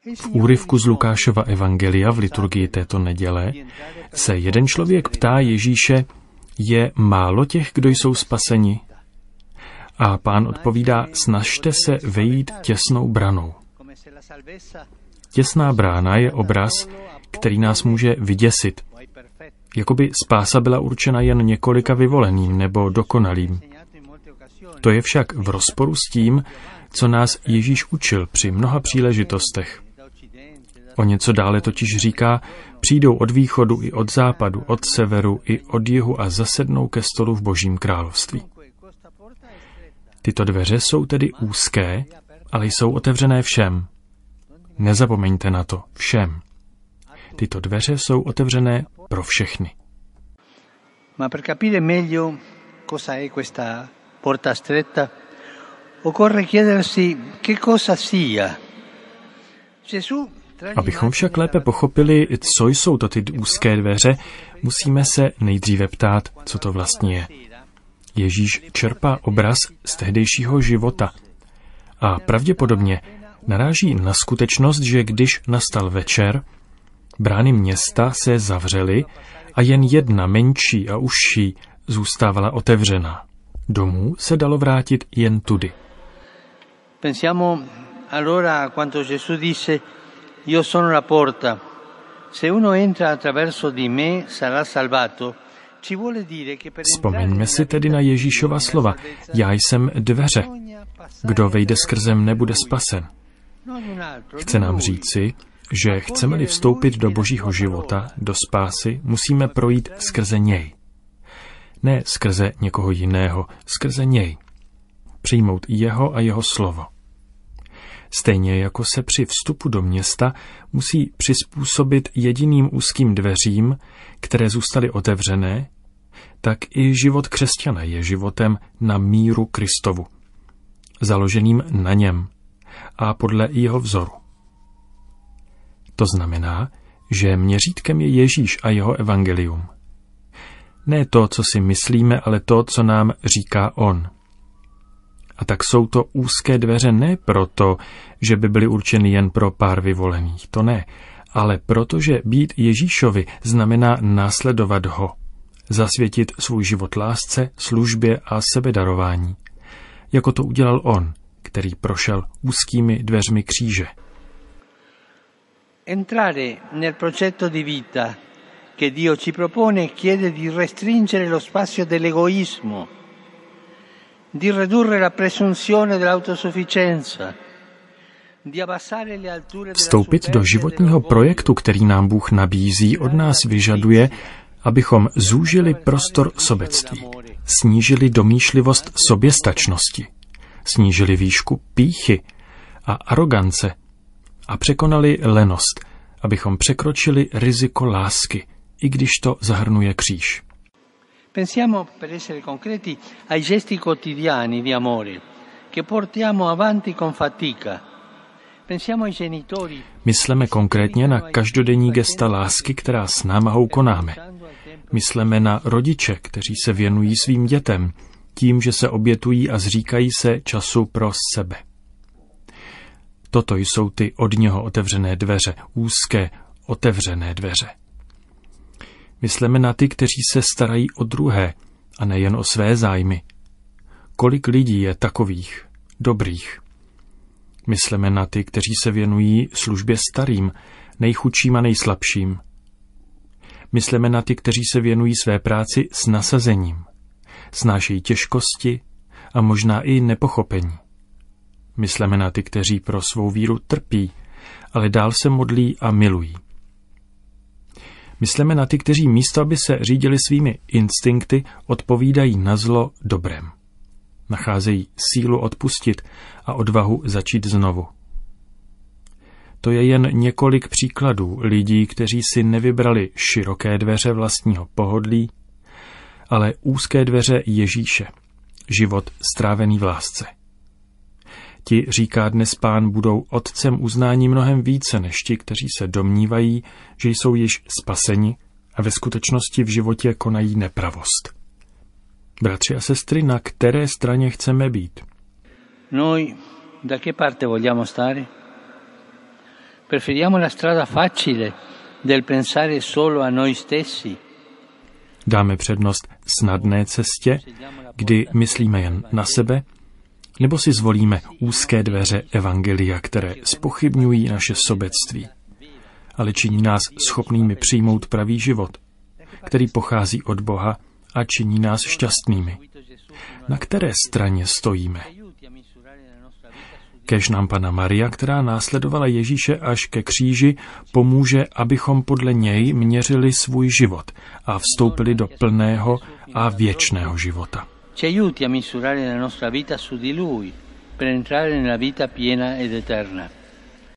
V úryvku z Lukášova evangelia v liturgii této neděle se jeden člověk ptá Ježíše, je málo těch, kdo jsou spaseni? A Pán odpovídá, snažte se vejít těsnou branou. Těsná brána je obraz, který nás může vyděsit. Jakoby spása byla určena jen několika vyvoleným nebo dokonalým. To je však v rozporu s tím, co nás Ježíš učil při mnoha příležitostech. O něco dále totiž říká, přijdou od východu i od západu, od severu i od jihu a zasednou ke stolu v Božím království. Tyto dveře jsou tedy úzké, ale jsou otevřené všem. Nezapomeňte na to, všem. Tyto dveře jsou otevřené pro všechny. Ma per capire meglio cosa è questa porta stretta, occorre chiedersi che cosa sia. Abychom však lépe pochopili, co jsou to ty úzké dveře, musíme se nejdříve ptát, co to vlastně je. Ježíš čerpá obraz z tehdejšího života a pravděpodobně naráží na skutečnost, že když nastal večer, brány města se zavřely a jen jedna menší a užší zůstávala otevřená. Domů se dalo vrátit jen tudy. Pensiamo allora a quanto Gesù disse: Io sono la porta. Se uno entra attraverso di me sarà salvato. Vzpomeňme si tedy na Ježíšova slova. Já jsem dveře. Kdo vejde skrze mne, nebude spasen. Chce nám říci, že chceme-li vstoupit do Božího života, do spásy, musíme projít skrze něj. Ne skrze někoho jiného, skrze něj. Přijmout jeho a jeho slovo. Stejně jako se při vstupu do města musí přizpůsobit jediným úzkým dveřím, které zůstaly otevřené, tak i život křesťana je životem na míru Kristovu, založeným na něm a podle jeho vzoru. To znamená, že měřítkem je Ježíš a jeho evangelium. Ne to, co si myslíme, ale to, co nám říká on. A tak jsou to úzké dveře ne proto, že by byly určeny jen pro pár vyvolených, to ne, ale protože být Ježíšovi znamená následovat ho, zasvětit svůj život lásce, službě a sebedarování, jako to udělal on, který prošel úzkými dveřmi kříže. Entrare nel progetto di vita che Dio ci propone chiede di restringere lo spazio dell'egoismo, di ridurre la presunzione dell'autosufficienza, di abbassare le alture della Vstoupit do životního projektu, který nám Bůh nabízí, od nás vyžaduje, abychom zúžili prostor sobectví, snížili domýšlivost soběstačnosti, snížili výšku pýchy a arogance a překonali lenost, abychom překročili riziko lásky, i když to zahrnuje kříž. Pensiamo, per essere concreti, ai gesti quotidiani di amore che portiamo avanti con fatica. Pensiamo ai genitori. Mysleme konkrétně na každodenní gesta lásky, která s námahou konáme. Mysleme na rodiče, kteří se věnují svým dětem, tím, že se obětují a zříkají se času pro sebe. Toto jsou ty od něho otevřené dveře, úzké, otevřené dveře. Mysleme na ty, kteří se starají o druhé a nejen o své zájmy. Kolik lidí je takových, dobrých? Mysleme na ty, kteří se věnují službě starým, nejchudším a nejslabším. Mysleme na ty, kteří se věnují své práci s nasazením, snášejí těžkosti a možná i nepochopení. Mysleme na ty, kteří pro svou víru trpí, ale dál se modlí a milují. Mysleme na ty, kteří místo, aby se řídili svými instinkty, odpovídají na zlo dobrem. Nacházejí sílu odpustit a odvahu začít znovu. To je jen několik příkladů lidí, kteří si nevybrali široké dveře vlastního pohodlí, ale úzké dveře Ježíše, život strávený v lásce. Ti, říká dnes Pán, budou otcem uznání mnohem více než ti, kteří se domnívají, že jsou již spaseni a ve skutečnosti v životě konají nepravost. Bratři a sestry, na které straně chceme být? Noi da che parte vogliamo stare? Preferiamo la strada facile del pensare solo a noi stessi. Dáme přednost snadné cestě, kdy myslíme jen na sebe, nebo si zvolíme úzké dveře evangelia, které zpochybňují naše sobectví, ale činí nás schopnými přijmout pravý život, který pochází od Boha a činí nás šťastnými. Na které straně stojíme? Kéž nám Panna Maria, která následovala Ježíše až ke kříži, pomůže, abychom podle něj měřili svůj život a vstoupili do plného a věčného života. Ci aiuti a misurare la nostra vita su di Lui per entrare nella vita piena ed eterna.